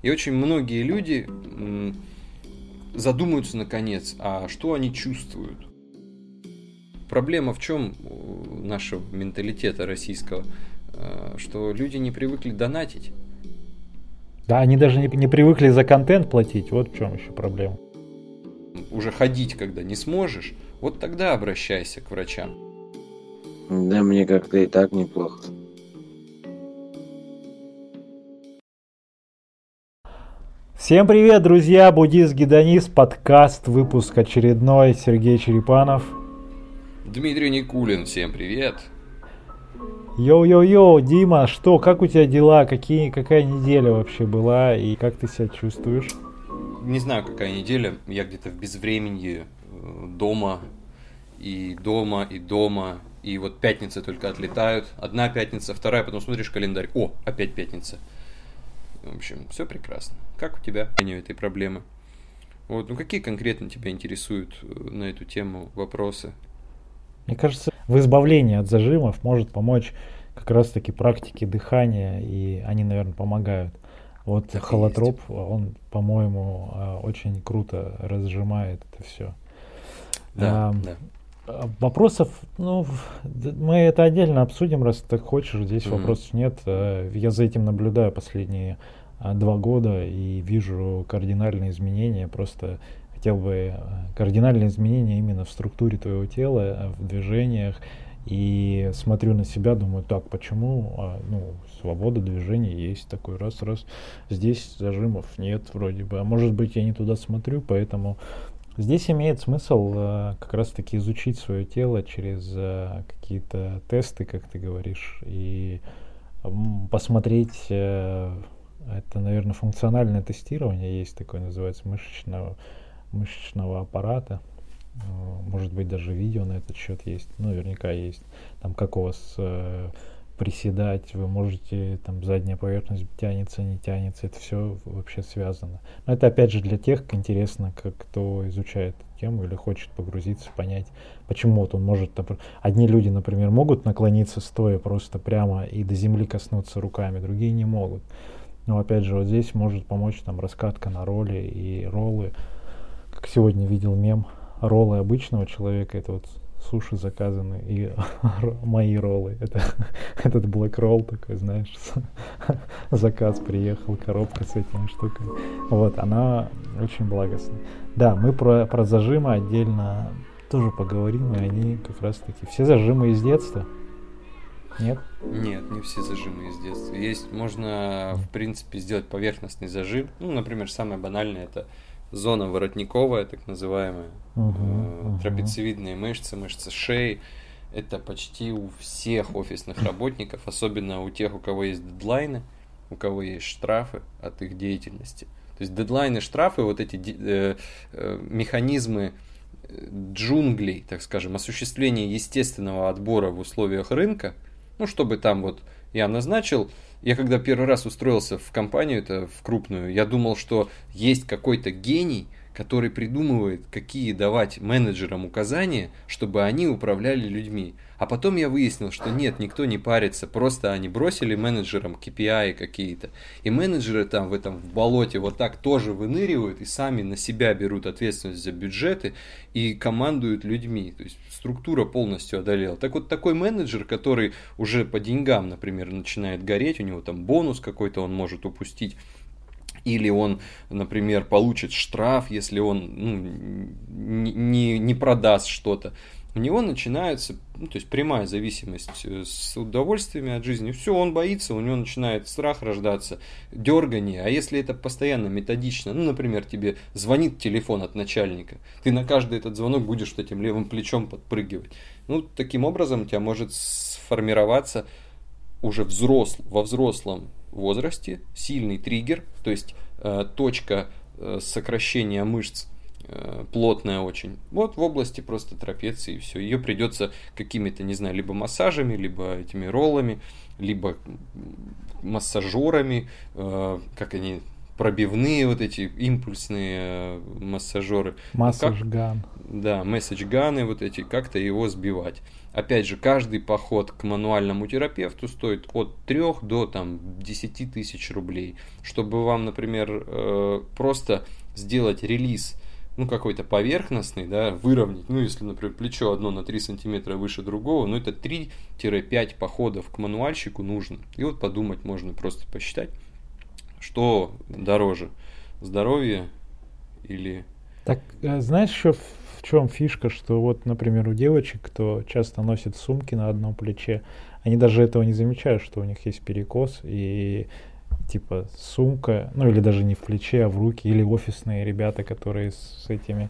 И очень многие люди задумаются наконец, а что они чувствуют. Проблема в чем нашего менталитета российского? Что люди не привыкли донатить. Да, они даже не привыкли за контент платить, вот в чем еще проблема. Уже ходить, когда не сможешь, вот тогда обращайся к врачам. Да мне как-то и так неплохо. Всем привет, друзья! Буддист-гедонист, подкаст, выпуск очередной. Сергей Черепанов. Дмитрий Никулин, всем привет! Йоу-йоу-йоу, Дима, что, как у тебя дела? Какая неделя вообще была и как ты себя чувствуешь? Не знаю, какая неделя, я где-то в безвременье, дома, и вот пятницы только отлетают. Одна пятница, вторая, потом смотришь календарь, опять пятница. В общем, все прекрасно. Как у тебя этой проблемы? Вот, какие конкретно тебя интересуют на эту тему вопросы? Мне кажется, в избавлении от зажимов может помочь как раз-таки практики дыхания, и они, наверное, помогают. Вот так холотроп, он, по-моему, очень круто разжимает это все. Да. Вопросов, мы это отдельно обсудим, раз ты так хочешь, здесь вопросов нет. Я за этим наблюдаю последние 2 года и вижу кардинальные изменения, просто хотел бы кардинальные изменения именно в структуре твоего тела, в движениях, и смотрю на себя, думаю, так, почему, свобода движения есть, такой раз, здесь зажимов нет вроде бы, а может быть я не туда смотрю, поэтому здесь имеет смысл как раз-таки изучить свое тело через какие-то тесты, как ты говоришь, и посмотреть, это, наверное, функциональное тестирование есть такое, называется, мышечного аппарата. Может быть, даже видео на этот счет есть, наверняка есть. Там как у вас приседать, вы можете, там задняя поверхность тянется, не тянется, это все вообще связано. Но это опять же для тех, интересно, кто изучает эту тему или хочет погрузиться, понять, почему вот он может, одни люди, например, могут наклониться стоя просто прямо и до земли коснуться руками, другие не могут. Но опять же, вот здесь может помочь там раскатка на роли и роллы. Как сегодня видел мем, роллы обычного человека, это вот суши заказаны, и мои роллы, это этот блэк ролл такой, знаешь, заказ приехал, коробка с этими штуками. Вот, она очень благостная. Да, мы про зажимы отдельно тоже поговорим, и они как раз таки, все зажимы из детства. Нет? Нет, не все зажимы из детства. Можно, в принципе, сделать поверхностный зажим. Например, самое банальное — это зона воротниковая, так называемая, трапециевидные мышцы шеи. Это почти у всех офисных работников, особенно у тех, у кого есть дедлайны, у кого есть штрафы от их деятельности. То есть дедлайны, штрафы, вот эти механизмы джунглей, так скажем, осуществление естественного отбора в условиях рынка, чтобы там вот я назначил. Я когда первый раз устроился в компанию, в крупную, я думал, что есть какой-то гений, который придумывает, какие давать менеджерам указания, чтобы они управляли людьми. А потом я выяснил, что нет, никто не парится, просто они бросили менеджерам KPI какие-то. И менеджеры там в болоте вот так тоже выныривают и сами на себя берут ответственность за бюджеты и командуют людьми. То есть структура полностью одолела. Так вот, такой менеджер, который уже по деньгам, например, начинает гореть, у него там бонус какой-то он может упустить, или он, например, получит штраф, если он не продаст что-то. У него начинается, то есть прямая зависимость с удовольствиями от жизни. Все, он боится, у него начинает страх рождаться, дергание. А если это постоянно, методично, например, тебе звонит телефон от начальника, ты на каждый этот звонок будешь этим левым плечом подпрыгивать. Таким образом у тебя может сформироваться уже во взрослом возрасте сильный триггер, то есть точка сокращения мышц плотная очень. Вот в области просто трапеции и все. Ее придется какими-то, не знаю, либо массажами, либо этими роллами, либо массажерами, как они, пробивные вот эти импульсные массажеры. Массажган. да, месседж-ганы вот эти, как-то его сбивать. Опять же, каждый поход к мануальному терапевту стоит от 3 до там, 10 тысяч рублей. Чтобы вам, например, просто сделать релиз, ну, какой-то поверхностный, да, выровнять, ну, если, например, плечо одно на 3 сантиметра выше другого, ну, это 3-5 походов к мануальщику нужно. И вот подумать можно, просто посчитать, что дороже, здоровье или... Так, знаешь, еще в чем фишка, что вот, например, у девочек, кто часто носит сумки на одном плече, они даже этого не замечают, что у них есть перекос, и типа сумка, ну или даже не в плече, а в руки, или офисные ребята, которые с этими,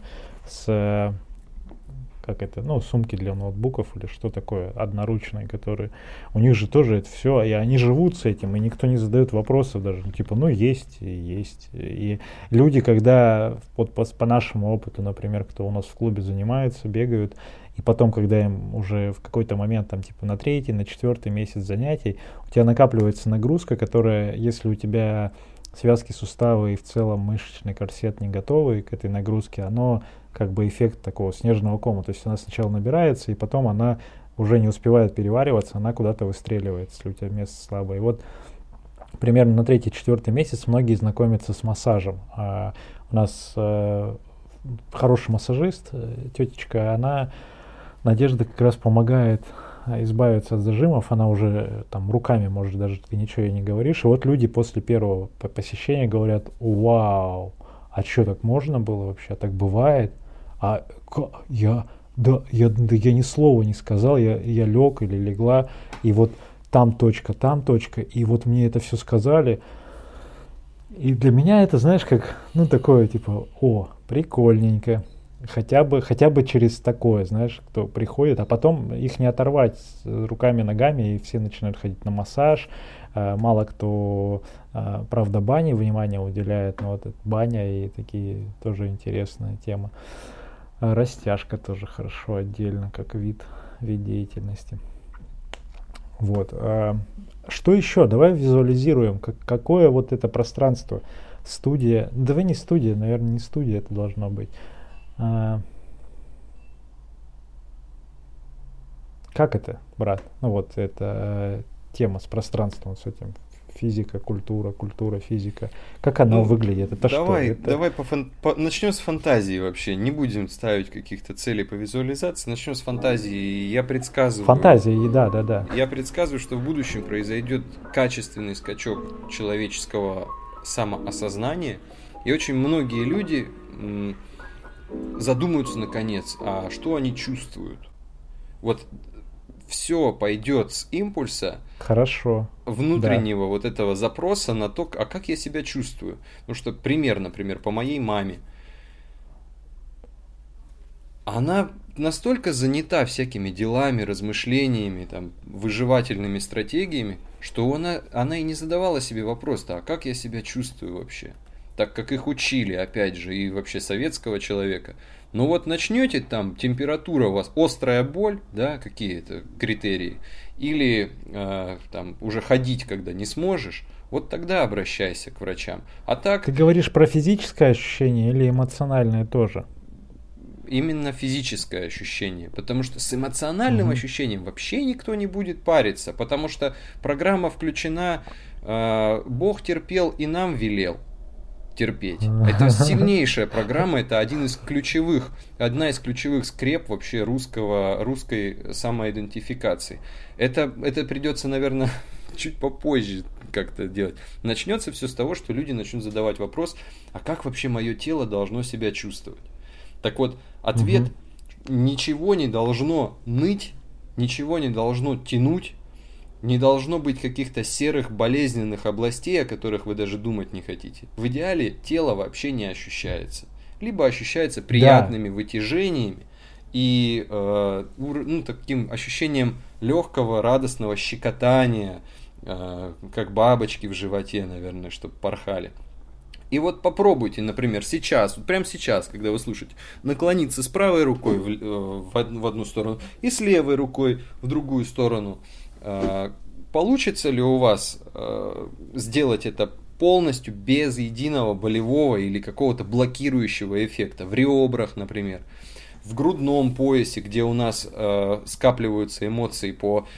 как это, ну, сумки для ноутбуков или что такое, одноручные, которые, у них же тоже это все, и они живут с этим, и никто не задает вопросов даже, ну, типа, ну, есть, и есть. И люди, когда, вот по нашему опыту, например, кто у нас в клубе занимается, бегают, и потом, когда им уже в какой-то момент, там, типа, на 3-й, на 4-й месяц занятий, у тебя накапливается нагрузка, которая, если у тебя связки, суставы и в целом мышечный корсет не готовы к этой нагрузке, оно как бы эффект такого снежного кома. То есть она сначала набирается, и потом она уже не успевает перевариваться, она куда-то выстреливает, если у тебя место слабое. И вот примерно на 3-4 месяц многие знакомятся с массажем. У нас хороший массажист, тетечка, Надежда как раз помогает избавиться от зажимов, она уже там руками, может, даже ты ничего ей не говоришь. И вот люди после первого посещения говорят: вау, а что, так можно было вообще, так бывает? Я ни слова не сказал, я лег или легла, и вот там точка, и вот мне это все сказали. И для меня это, знаешь, как, ну, такое, типа, о, прикольненько. Хотя бы через такое, знаешь, кто приходит, а потом их не оторвать руками, ногами, и все начинают ходить на массаж. Мало кто, правда, бане внимание уделяет, но вот баня и такие тоже интересная тема. Растяжка тоже хорошо отдельно, как вид деятельности. Вот. Что еще? Давай визуализируем, какое вот это пространство. Студия. Давай не студия, наверное, не студия это должно быть. Как это, брат? Ну вот это тема с пространством, с этим. Физика, культура, физика. Как она выглядит? Это давай, что? Давай начнем с фантазии вообще. Не будем ставить каких-то целей по визуализации. Начнем с фантазии. Я предсказываю... Фантазия, да. Я предсказываю, что в будущем произойдет качественный скачок человеческого самоосознания. И очень многие люди задумаются наконец, а что они чувствуют. Вот все пойдет с импульса внутреннего вот этого запроса на то, а как я себя чувствую. Потому что пример, например, по моей маме. Она настолько занята всякими делами, размышлениями, там, выживательными стратегиями, что она и не задавала себе вопрос, а как я себя чувствую вообще. Так как их учили, опять же, и вообще советского человека. Но вот начнете там, температура у вас, острая боль, да, какие-то критерии, или там уже ходить, когда не сможешь, вот тогда обращайся к врачам. А так... Ты говоришь про физическое ощущение или эмоциональное тоже? Именно физическое ощущение, потому что с эмоциональным ощущением вообще никто не будет париться, потому что программа включена, Бог терпел и нам велел терпеть. Это сильнейшая программа, это одна из ключевых скреп вообще русской самоидентификации. Это придется, наверное, чуть попозже как-то делать. Начнется все с того, что люди начнут задавать вопрос, а как вообще мое тело должно себя чувствовать? Так вот, ответ: ничего не должно ныть, ничего не должно тянуть, не должно быть каких-то серых болезненных областей, о которых вы даже думать не хотите. В идеале тело вообще не ощущается. Либо ощущается приятными вытяжениями и таким ощущением легкого, радостного щекотания, как бабочки в животе, наверное, чтобы порхали. И вот попробуйте, например, сейчас, вот прямо сейчас, когда вы слушаете, наклониться с правой рукой в одну сторону и с левой рукой в другую сторону. Получится ли у вас сделать это полностью без единого болевого или какого-то блокирующего эффекта в ребрах, например, в грудном поясе, где у нас скапливаются эмоции по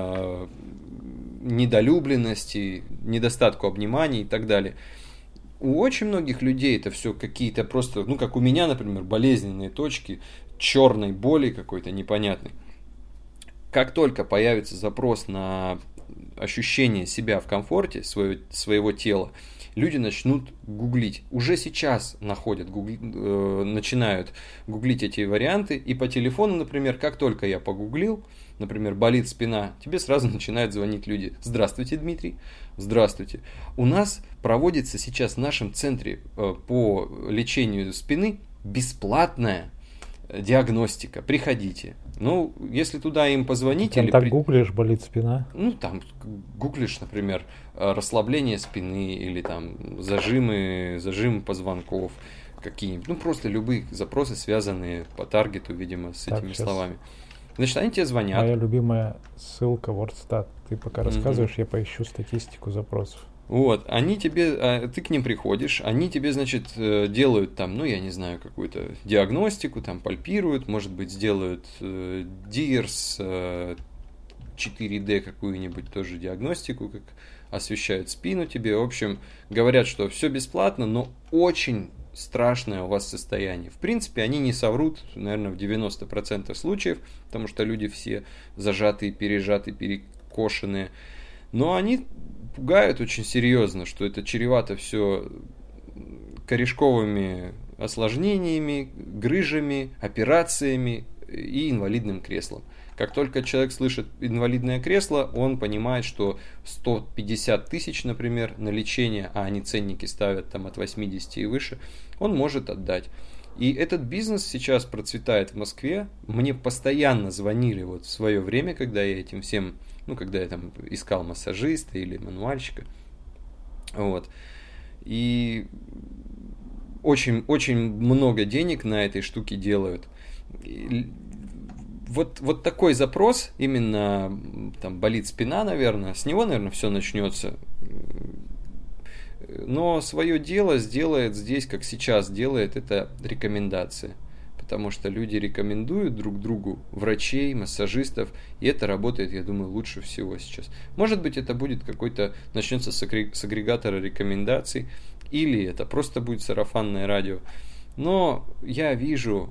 недолюбленности, недостатку обниманий и так далее. У очень многих людей это все какие-то просто, ну как у меня, например, болезненные точки, черной боли какой-то непонятной. Как только появится запрос на ощущение себя в комфорте, своего тела, люди начнут гуглить. Уже сейчас начинают гуглить эти варианты. И по телефону, например, как только я погуглил, например, болит спина, тебе сразу начинают звонить люди. Здравствуйте, Дмитрий. Здравствуйте. У нас проводится сейчас в нашем центре по лечению спины бесплатная диагностика. Приходите. Ну, если туда им позвонить... Там так гуглишь, болит спина? Ну, там гуглишь, например, расслабление спины или там зажим позвонков какие-нибудь. Ну, просто любые запросы, связанные по таргету, видимо, с этими словами. Значит, они тебе звонят. Моя любимая ссылка WordStat. Ты пока рассказываешь, я поищу статистику запросов. Вот, ты к ним приходишь, они тебе, значит, делают там, ну, я не знаю, какую-то диагностику, там, пальпируют, может быть, сделают DIRS, 4D какую-нибудь тоже диагностику, как освещают спину тебе. В общем, говорят, что все бесплатно, но очень страшное у вас состояние. В принципе, они не соврут, наверное, в 90% случаев, потому что люди все зажатые, пережатые, перекошенные. Но они пугают очень серьезно, что это чревато все корешковыми осложнениями, грыжами, операциями и инвалидным креслом. Как только человек слышит инвалидное кресло, он понимает, что 150 тысяч, например, на лечение, а они ценники ставят там от 80 и выше, он может отдать. И этот бизнес сейчас процветает в Москве. Мне постоянно звонили вот в свое время, когда я этим всем, ну, когда я там искал массажиста или мануальщика. Вот. И очень, очень много денег на этой штуке делают. Вот такой запрос, именно там болит спина, наверное, с него, наверное, все начнется. Но свое дело сделает здесь, как сейчас делает, это рекомендация. Потому что люди рекомендуют друг другу врачей, массажистов, и это работает, я думаю, лучше всего сейчас. Может быть, это будет какой-то, начнется с агрегатора рекомендаций, или это просто будет сарафанное радио. Но я вижу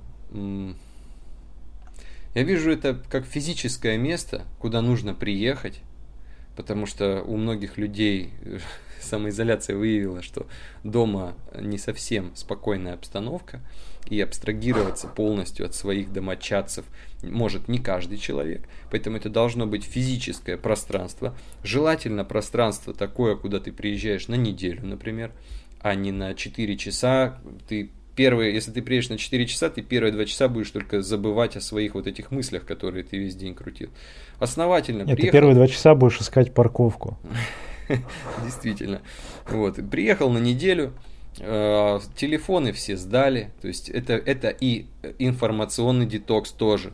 это как физическое место, куда нужно приехать, потому что у многих людей самоизоляция выявила, что дома не совсем спокойная обстановка, и абстрагироваться полностью от своих домочадцев может не каждый человек. Поэтому это должно быть физическое пространство. Желательно пространство такое, куда ты приезжаешь на неделю, например, а не на 4 часа. Если ты приедешь на 4 часа, ты первые 2 часа будешь только забывать о своих вот этих мыслях, которые ты весь день крутил. Основательно приехал. Ты первые 2 часа будешь искать парковку. Действительно. Вот. Приехал на неделю, телефоны все сдали, то есть это и информационный детокс тоже.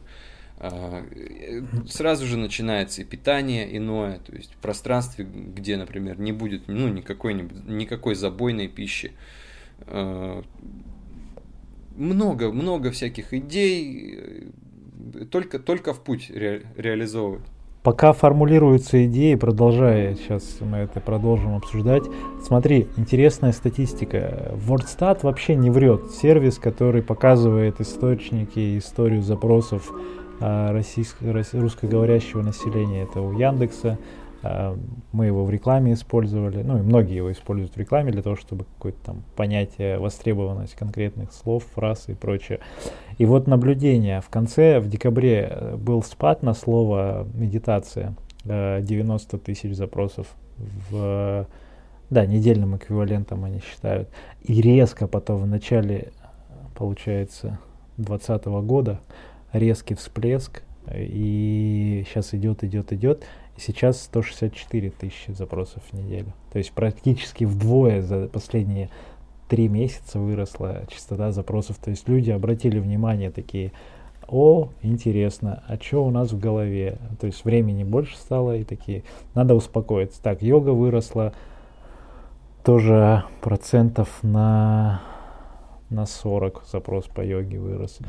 Сразу же начинается и питание иное, то есть в пространстве, где, например, не будет никакой забойной пищи. Много всяких идей, только в путь реализовывать. Пока формулируются идеи, продолжая, сейчас мы это продолжим обсуждать. Смотри, интересная статистика. WordStat вообще не врет. Сервис, который показывает источники, историю запросов русскоговорящего населения. Это у Яндекса. Мы его в рекламе использовали. Ну и многие его используют в рекламе для того, чтобы какое-то там понятие, востребованность конкретных слов, фраз и прочее. И вот наблюдение. В декабре был спад на слово медитация. 90 тысяч запросов недельным эквивалентом они считают. И резко потом в начале, получается, 2020 года резкий всплеск. И сейчас идет. И сейчас 164 тысячи запросов в неделю. То есть практически вдвое за последние 3 месяца выросла частота запросов. То есть люди обратили внимание такие: о, интересно, а что у нас в голове? То есть времени больше стало и такие, надо успокоиться. Так, йога выросла тоже процентов на 40, запрос по йоге вырос.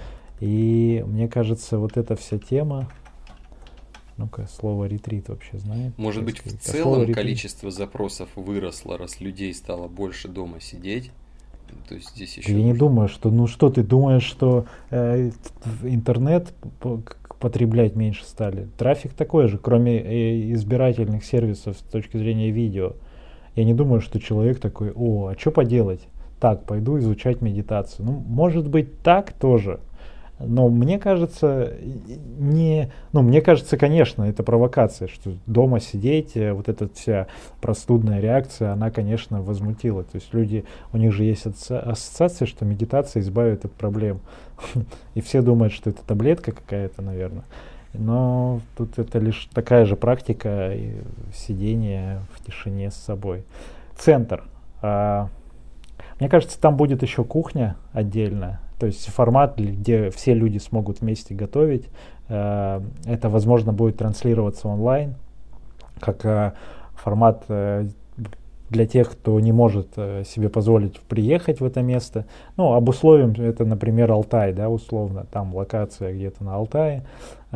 И мне кажется, вот эта вся тема, ну-ка, слово ретрит вообще знает? Может быть, в целом количество запросов выросло, раз людей стало больше дома сидеть? То есть здесь еще... Я не думаю, что... Ну что ты думаешь, что интернет потреблять меньше стали? Трафик такой же, кроме избирательных сервисов с точки зрения видео. Я не думаю, что человек такой: о, а что поделать? Так, пойду изучать медитацию. Ну, может быть, так тоже. Но мне кажется, мне кажется, конечно, это провокация, что дома сидеть, вот эта вся простудная реакция, она, конечно, возмутила. То есть люди, у них же есть ассоциация, что медитация избавит от проблем. И все думают, что это таблетка какая-то, наверное. Но тут это лишь такая же практика сидения в тишине с собой. Центр. Мне кажется, там будет еще кухня отдельная. То есть формат, где все люди смогут вместе готовить. Это, возможно, будет транслироваться онлайн, как формат для тех, кто не может себе позволить приехать в это место. Ну, обусловим это, например, Алтай, да, условно. Там локация где-то на Алтае.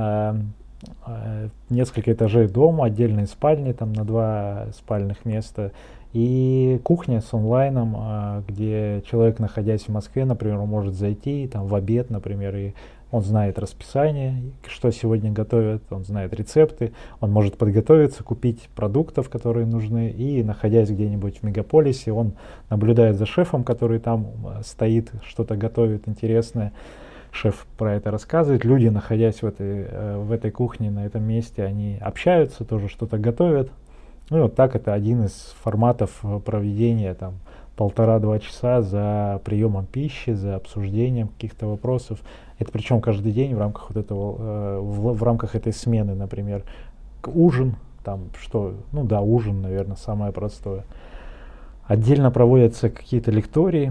Несколько этажей дома, отдельные спальни, там на 2 спальных места. И кухня с онлайном, где человек, находясь в Москве, например, может зайти там в обед, например, и он знает расписание, что сегодня готовят, он знает рецепты, он может подготовиться, купить продуктов, которые нужны, и, находясь где-нибудь в мегаполисе, он наблюдает за шефом, который там стоит, что-то готовит интересное. Шеф про это рассказывает. Люди, находясь в этой кухне, на этом месте, они общаются, тоже что-то готовят. Ну и вот так это один из форматов проведения, там, 1,5-2 часа за приемом пищи, за обсуждением каких-то вопросов. Это причем каждый день в рамках вот этого, в рамках этой смены, например, ужин, там что, ну да, ужин, наверное, самое простое. Отдельно проводятся какие-то лектории.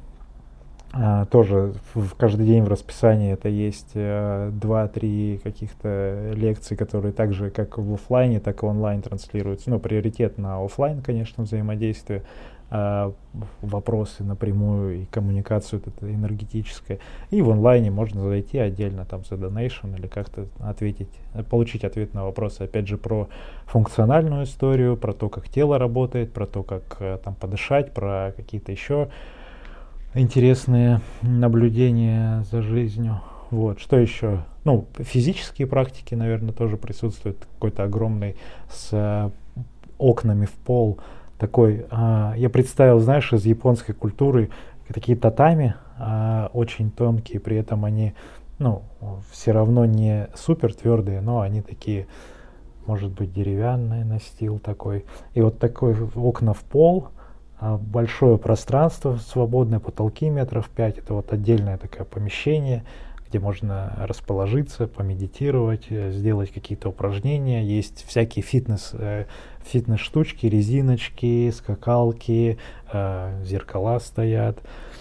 Тоже каждый день в расписании это есть 2-3 каких-то лекций, которые так же, как в офлайне, так и онлайн транслируются. Ну, приоритет на офлайн, конечно, взаимодействие, вопросы напрямую и коммуникацию вот это энергетическая. И в онлайне можно зайти отдельно там за донейшн или как-то получить ответ на вопросы, опять же, про функциональную историю, про то, как тело работает, про то, как там подышать, про какие-то еще интересные наблюдения за жизнью. Вот. Что еще? Ну, физические практики, наверное, тоже присутствуют. Какой-то огромный с окнами в пол. Такой, я представил, знаешь, из японской культуры такие татами, очень тонкие, при этом они, ну, все равно не супер твердые, но они такие, может быть, деревянный настил такой. И вот такой окна в пол, большое пространство, свободные потолки 5 метров. Это вот отдельное такое помещение, где можно расположиться, помедитировать, сделать какие-то упражнения. Есть всякие фитнес-штучки, резиночки, скакалки, зеркала стоят.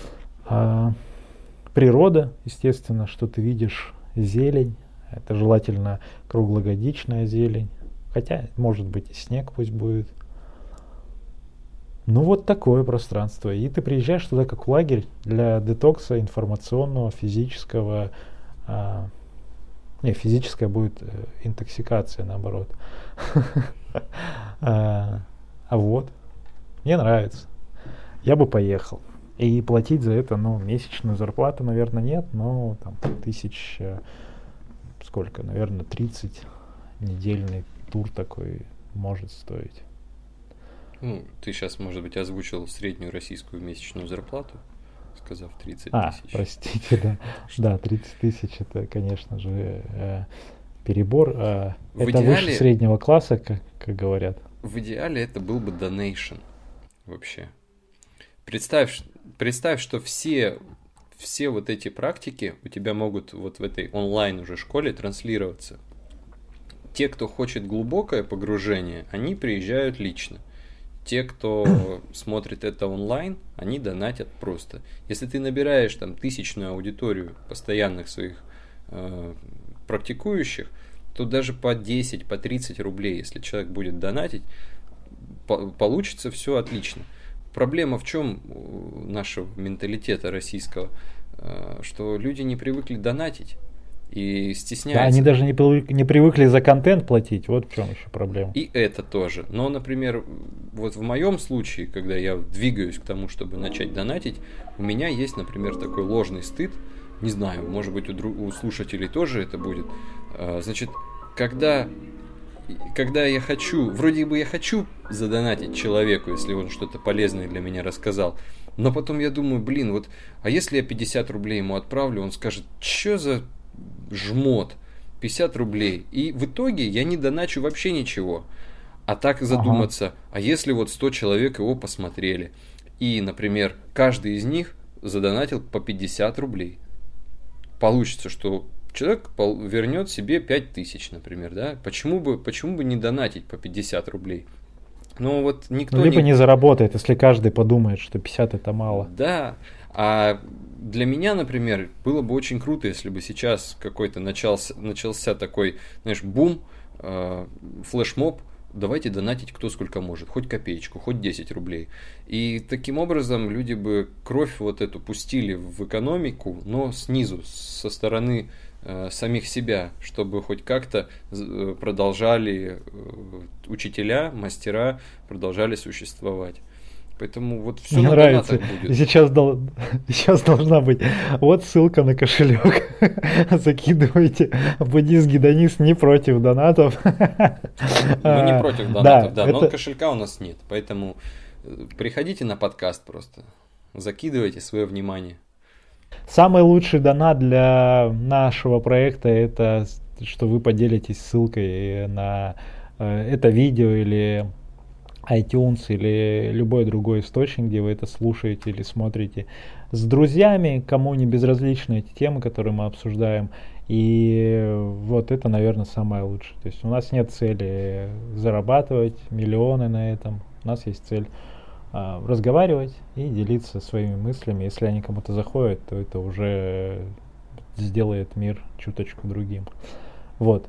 Природа, естественно, что ты видишь, зелень. Это желательно круглогодичная зелень. Хотя, может быть, и снег пусть будет. Ну вот такое пространство. И ты приезжаешь туда как в лагерь для детокса информационного, физического. Физическая будет интоксикация, наоборот. Вот. Мне нравится. Я бы поехал. И платить за это, ну, месячную зарплату, наверное, нет, но там тысяч, сколько, наверное, 30 недельный тур такой может стоить. Ну, ты сейчас, может быть, озвучил среднюю российскую месячную зарплату, сказав 30 тысяч. Простите, да. Да, 30 тысяч это, конечно же, перебор. Это идеале, выше среднего класса, как говорят. В идеале это был бы donation вообще. Представь, что все вот эти практики у тебя могут вот в этой онлайн уже школе транслироваться. Те, кто хочет глубокое погружение, они приезжают лично. Те, кто смотрит это онлайн, они донатят просто. Если ты набираешь там 1000-ную аудиторию постоянных своих практикующих, то даже по 10, по 30 рублей, если человек будет донатить, получится все отлично. Проблема в чем нашего менталитета российского? что люди не привыкли донатить и Да, стесняются. они даже не привыкли за контент платить, вот в чем еще проблема. И это тоже. Но, например, вот в моем случае, когда я двигаюсь к тому, чтобы начать донатить, у меня есть, например, такой ложный стыд. Не знаю, может быть, у слушателей тоже это будет. Значит, когда я хочу, вроде бы я хочу задонатить человеку, если он что-то полезное для меня рассказал, но потом я думаю, блин, вот, а если я 50 рублей ему отправлю, он скажет, что за жмот, 50 рублей, и в итоге я не доначу вообще ничего. А так задуматься, а если вот 100 человек его посмотрели, и, например, каждый из них задонатил по 50 рублей, получится, что человек вернет себе 5000, например, да? Почему бы не донатить по 50 рублей? Но вот никто либо не заработает, если каждый подумает, что 50 это мало. Да, а для меня, например, было бы очень круто, если бы сейчас какой-то начался такой, знаешь, бум, флешмоб, давайте донатить кто сколько может, хоть копеечку, хоть 10 рублей. И таким образом люди бы кровь вот эту пустили в экономику, но снизу, со стороны самих себя, чтобы хоть как-то продолжали учителя, мастера продолжали существовать. Поэтому вот все Мне на нравится. донатах будет. Сейчас должна быть. Вот ссылка на кошелек. Закидывайте. Буддист Гедонист не против донатов. Мы не против донатов, да, но кошелька у нас нет. Поэтому приходите на подкаст просто. Закидывайте свое внимание. Самый лучший донат для нашего проекта — это что вы поделитесь ссылкой на это видео или iTunes или любой другой источник, где вы это слушаете или смотрите, с друзьями, кому не безразличны эти темы, которые мы обсуждаем. И вот это, наверное, самое лучшее. То есть у нас нет цели зарабатывать миллионы на этом. У нас есть цель разговаривать и делиться своими мыслями. Если они кому-то заходят, то это уже сделает мир чуточку другим. Вот.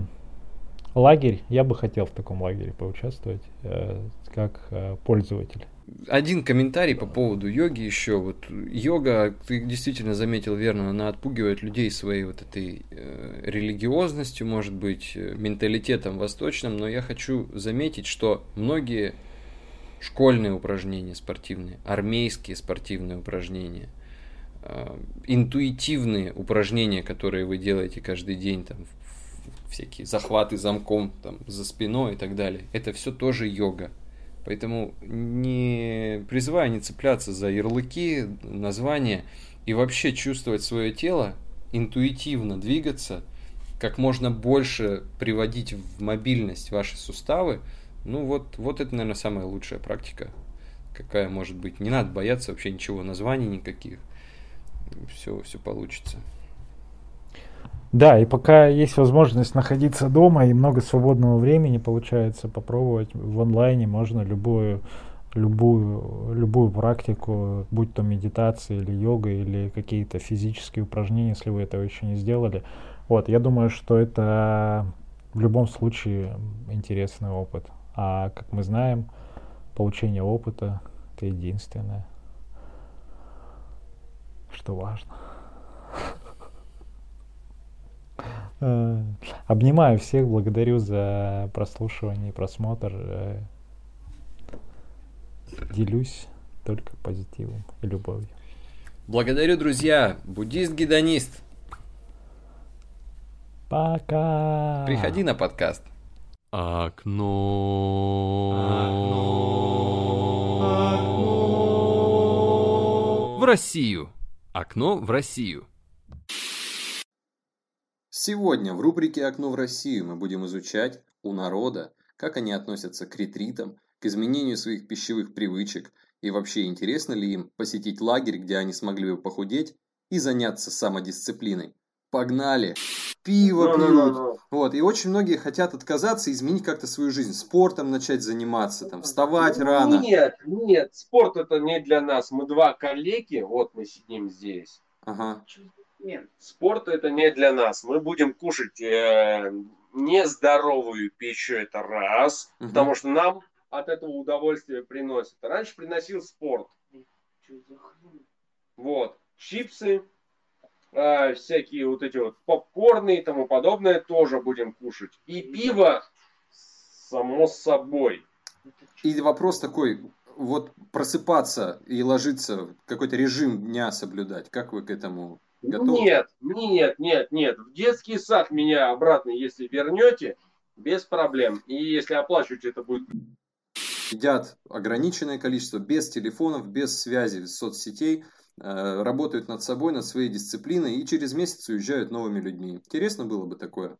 Лагерь, я бы хотел в таком лагере поучаствовать, как пользователь. Один комментарий по поводу йоги еще. Вот йога, ты действительно заметил верно, она отпугивает людей своей вот этой религиозностью, может быть, менталитетом восточным, но я хочу заметить, что многие школьные упражнения спортивные, армейские спортивные упражнения, интуитивные упражнения, которые вы делаете каждый день, там, всякие захваты замком там, за спиной и так далее, это все тоже йога. Поэтому не призываю не цепляться за ярлыки, названия и вообще чувствовать свое тело, интуитивно двигаться, как можно больше приводить в мобильность ваши суставы. Ну вот это, наверное, самая лучшая практика, какая может быть. Не надо бояться вообще ничего, названий никаких. Все получится. Да, и пока есть возможность находиться дома и много свободного времени, получается, попробовать в онлайне можно любую практику, будь то медитация или йога, или какие-то физические упражнения, если вы этого еще не сделали. Вот, я думаю, что это в любом случае интересный опыт. А как мы знаем, получение опыта — это единственное, что важно. Обнимаю всех, благодарю за прослушивание и просмотр. Делюсь только позитивом и любовью. Благодарю, друзья. Буддист-гедонист. Пока. Приходи на подкаст. Окно в Россию. Окно в Россию. Сегодня в рубрике «Окно в Россию» мы будем изучать у народа, как они относятся к ретритам, к изменению своих пищевых привычек и вообще интересно ли им посетить лагерь, где они смогли бы похудеть и заняться самодисциплиной. Погнали! Пиво пьют! Вот, и очень многие хотят отказаться и изменить как-то свою жизнь, спортом начать заниматься, там, вставать рано. Нет, спорт это не для нас. Мы два коллеги, вот мы сидим здесь. Ага. Нет, спорт это не для нас. Мы будем кушать нездоровую пищу, это раз, потому что нам от этого удовольствие приносит. Раньше приносил спорт. Вот. чипсы, всякие вот эти вот попкорны и тому подобное тоже будем кушать. И пиво, само собой. И вопрос такой, вот просыпаться и ложиться, какой-то режим дня соблюдать, как вы к этому готовы? Нет. В детский сад меня обратно, если вернете, без проблем. И если оплачивать, это будет... Едят ограниченное количество, без телефонов, без связи соцсетей, работают над собой, над своей дисциплиной и через месяц уезжают новыми людьми. Интересно было бы такое?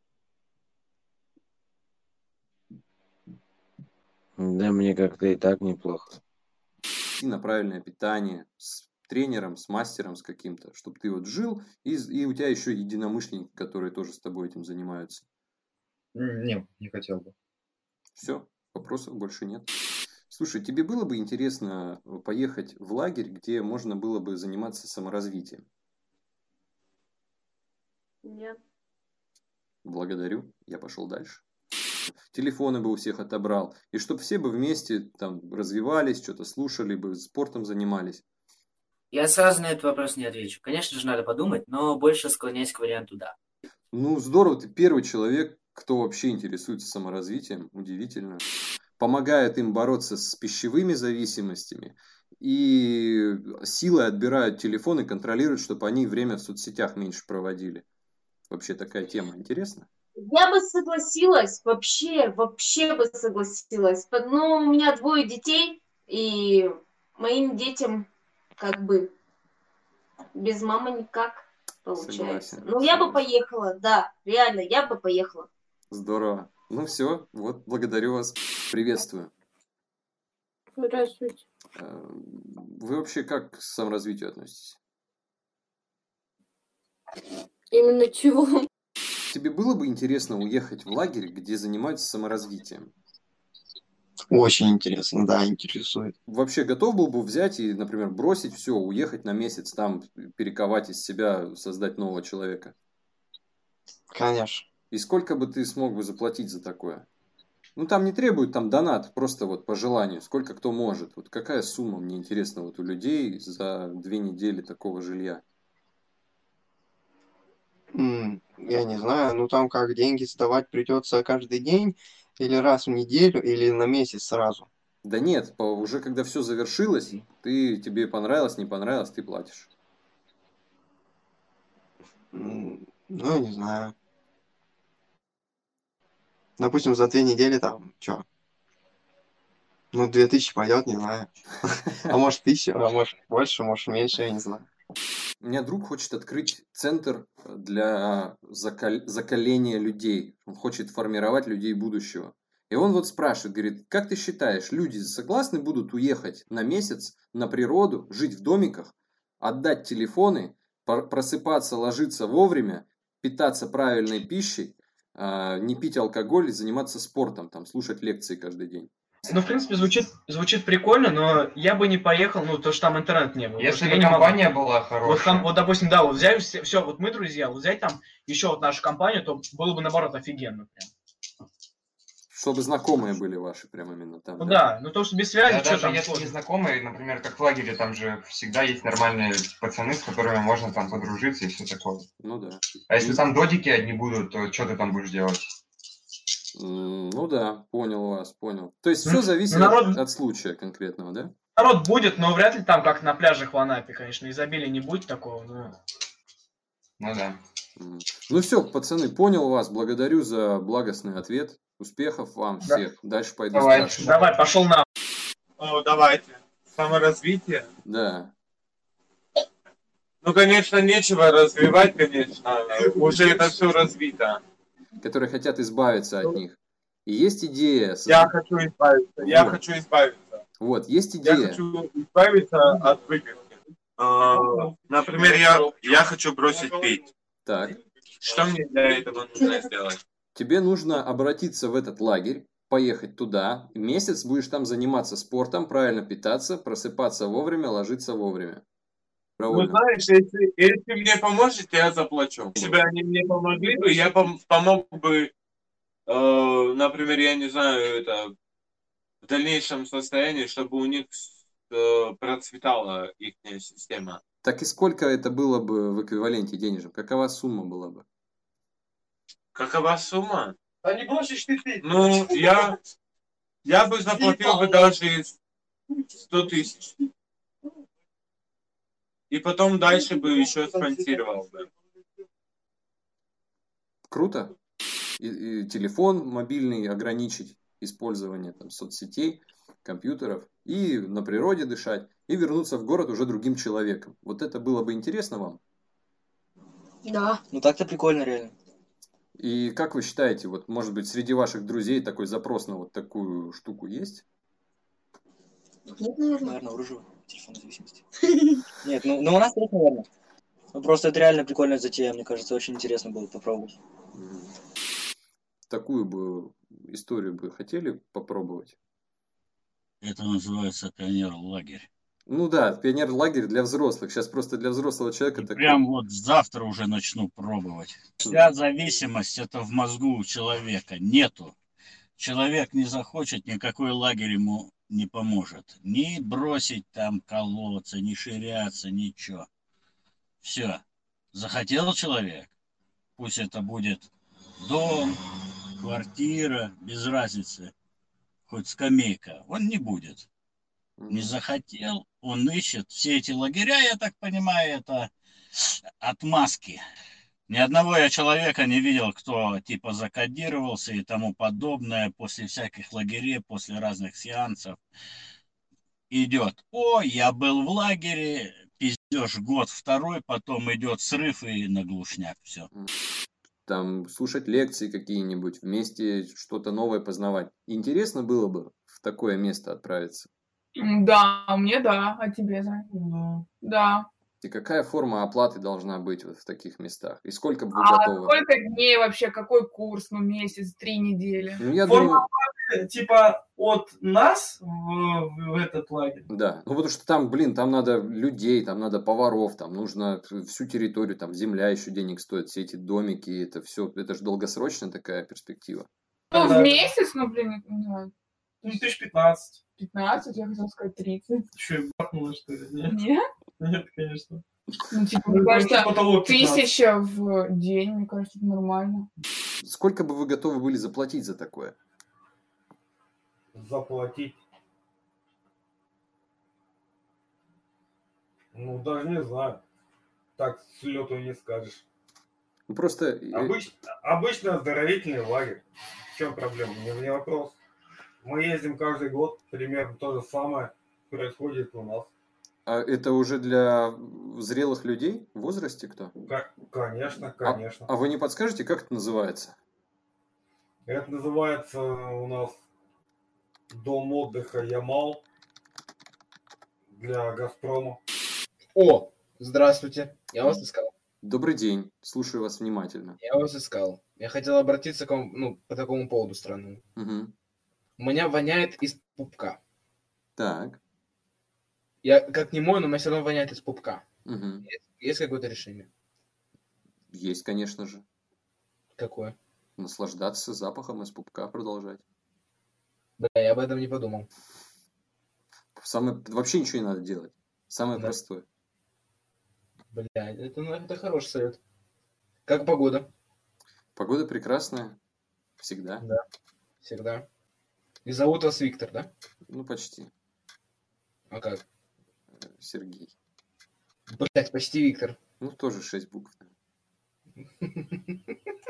Да мне как-то и так неплохо. И на правильное питание, с тренером, с мастером, с каким-то, чтобы ты вот жил, и у тебя еще единомышленники, которые тоже с тобой этим занимаются. Не хотел бы. Все, вопросов больше нет. Слушай, тебе было бы интересно поехать в лагерь, где можно было бы заниматься саморазвитием? Нет. Благодарю, я пошел дальше. Телефоны бы у всех отобрал. И чтобы все бы вместе там развивались, что-то слушали бы, спортом занимались. Я сразу на этот вопрос не отвечу. Конечно же, надо подумать, но больше склоняюсь к варианту «да». Ну, здорово, ты первый человек, кто вообще интересуется саморазвитием. Удивительно. Помогает им бороться с пищевыми зависимостями. И силой отбирают телефоны, контролируют, чтобы они время в соцсетях меньше проводили. Вообще такая тема. Интересно? Я бы согласилась, вообще бы согласилась. Ну, у меня 2 детей, и моим детям как бы без мамы никак получается. Согласен. Ну, я бы поехала, да, реально, я бы поехала. Здорово. Ну все, вот, благодарю вас. Приветствую. Здравствуйте. Вы вообще как к саморазвитию относитесь? Именно чего? Тебе было бы интересно уехать в лагерь, где занимаются саморазвитием? Очень интересно, да, интересует. Вообще готов был бы взять и, например, бросить все, уехать на месяц, там перековать из себя, создать нового человека? Конечно. И сколько бы ты смог бы заплатить за такое? Ну, там не требуют там донат, просто вот по желанию, сколько кто может. Вот какая сумма, мне интересно, вот у людей за 2 недели такого жилья? Я не знаю, ну там как деньги сдавать придется каждый день, или раз в неделю, или на месяц сразу. Да нет, уже когда все завершилось, тебе понравилось, не понравилось, ты платишь. Ну, не знаю. Допустим, за 2 недели там, что? Ну, 2000 пойдет, не знаю. А может 1000, а может больше, может меньше, я не знаю. У меня друг хочет открыть центр для закаления людей. Он хочет формировать людей будущего. И он вот спрашивает, говорит, как ты считаешь, люди согласны будут уехать на месяц на природу, жить в домиках, отдать телефоны, просыпаться, ложиться вовремя, питаться правильной пищей, не пить алкоголь и заниматься спортом, там, слушать лекции каждый день? Ну, в принципе, звучит прикольно, но я бы не поехал, ну, то, что там интернет не было. Если бы компания была хорошая. Вот, допустим, да, вот взять все, вот мы друзья, вот взять там еще вот нашу компанию, то было бы, наоборот, офигенно прям. Чтобы знакомые были ваши прям именно там. Ну да, ну то, что без связи, да, что даже там. если не знакомые, например, как в лагере, там же всегда есть нормальные пацаны, с которыми можно там подружиться и все такое. Ну да. А если там додики одни будут, то что ты там будешь делать? Ну да, понял вас, понял. То есть все зависит от случая конкретного, да? Народ будет, но вряд ли там, как на пляжах в Анапе, конечно, изобилия не будет такого, но... Ну да. Ну все, пацаны, понял вас, благодарю за благостный ответ. Успехов вам всех. Дальше пойду спрашивать. Давай, пошел на. Давайте. Саморазвитие? Да. Ну, конечно, нечего развивать, конечно. Уже это все развито. Которые хотят избавиться от них. И есть идея. Я хочу избавиться. Я хочу избавиться. Вот, есть идея. Я хочу избавиться от выпивки. Например, я хочу бросить пить. Так. Что мне для этого нужно сделать? Тебе нужно обратиться в этот лагерь, поехать туда, месяц будешь там заниматься спортом, правильно питаться, просыпаться вовремя, ложиться вовремя. Ну, знаешь, если мне поможете, я заплачу. Если бы они мне помогли бы, я помог бы, например, я не знаю, это в дальнейшем состоянии, чтобы у них процветала их система. Так и сколько это было бы в эквиваленте денежном? Какова сумма была бы? Какова сумма? А не бросишь ты? Ну, я бы заплатил бы даже 100 тысяч. И потом дальше бы еще спонсировал бы. Круто. И телефон мобильный ограничить использование там, соцсетей, компьютеров, и на природе дышать, и вернуться в город уже другим человеком. Вот это было бы интересно вам? Да. Ну так-то прикольно, реально. И как вы считаете, вот может быть среди ваших друзей такой запрос на вот такую штуку есть? Нет, наверное, оружие, телефонной зависимости. Нет, ну у нас есть, наверное. Ну просто это реально прикольная затея, мне кажется, очень интересно было попробовать. Такую бы историю бы хотели попробовать? Это называется пионер-лагерь. Ну да, пионер-лагерь для взрослых. Сейчас просто для взрослого человека такой... Прям вот завтра уже начну пробовать. Вся зависимость это в мозгу у человека. Нету. Человек не захочет, никакой лагерь ему не поможет. Ни бросить там колоться, ни ширяться, ничего. Все. Захотел человек, пусть это будет дом, квартира, без разницы, хоть скамейка, он не будет. Не захотел, он ищет. Все эти лагеря, я так понимаю, это отмазки. Ни одного я человека не видел, кто типа закодировался и тому подобное после всяких лагерей, после разных сеансов. Идет, я был в лагере, пиздешь год-второй, потом идет срыв и на глушняк, все. Там слушать лекции какие-нибудь, вместе что-то новое познавать. Интересно было бы в такое место отправиться? Да, мне да, а тебе, Зай? Да. И какая форма оплаты должна быть вот в таких местах? И сколько бы вы А готовы? сколько дней вообще, какой курс, месяц, 3 недели? Ну, я Форма думаю... оплаты, типа от нас в этот лагерь. Да, ну потому что там, там надо людей, там надо поваров, там нужно всю территорию, там земля еще денег стоит, все эти домики, это все, это же долгосрочная такая перспектива. Ну, в месяц, не знаю. 1015. 15, я хотела сказать 30. Что, я бахнула, что ли? Нет? Нет? Нет, конечно. Ну, типа, мне кажется, 1000 в день, мне кажется, это нормально. Сколько бы вы готовы были заплатить за такое? Заплатить? Ну, даже не знаю. Так, с лету не скажешь. Ну, просто... Обычно оздоровительный лагерь. В чем проблема? Не вопрос. Мы ездим каждый год, примерно то же самое происходит у нас. А это уже для зрелых людей в возрасте кто? Конечно, конечно. А вы не подскажете, как это называется? Это называется у нас дом отдыха Ямал для Газпрома. О, здравствуйте. Я вас искал. Добрый день. Слушаю вас внимательно. Я вас искал. Я хотел обратиться к вам, по такому поводу странному. Угу. У меня воняет из пупка. Так. Я как не мой, но у меня все равно воняет из пупка. Угу. Есть какое-то решение? Есть, конечно же. Какое? Наслаждаться запахом из пупка, продолжать. Бля, я об этом не подумал. Вообще ничего не надо делать. Самое простое. Бля, это хороший совет. Как погода? Погода прекрасная. Всегда. Да, всегда. И зовут вас Виктор, да? Ну, почти. А как? Сергей. Блять, почти Виктор. Ну, тоже 6 букв.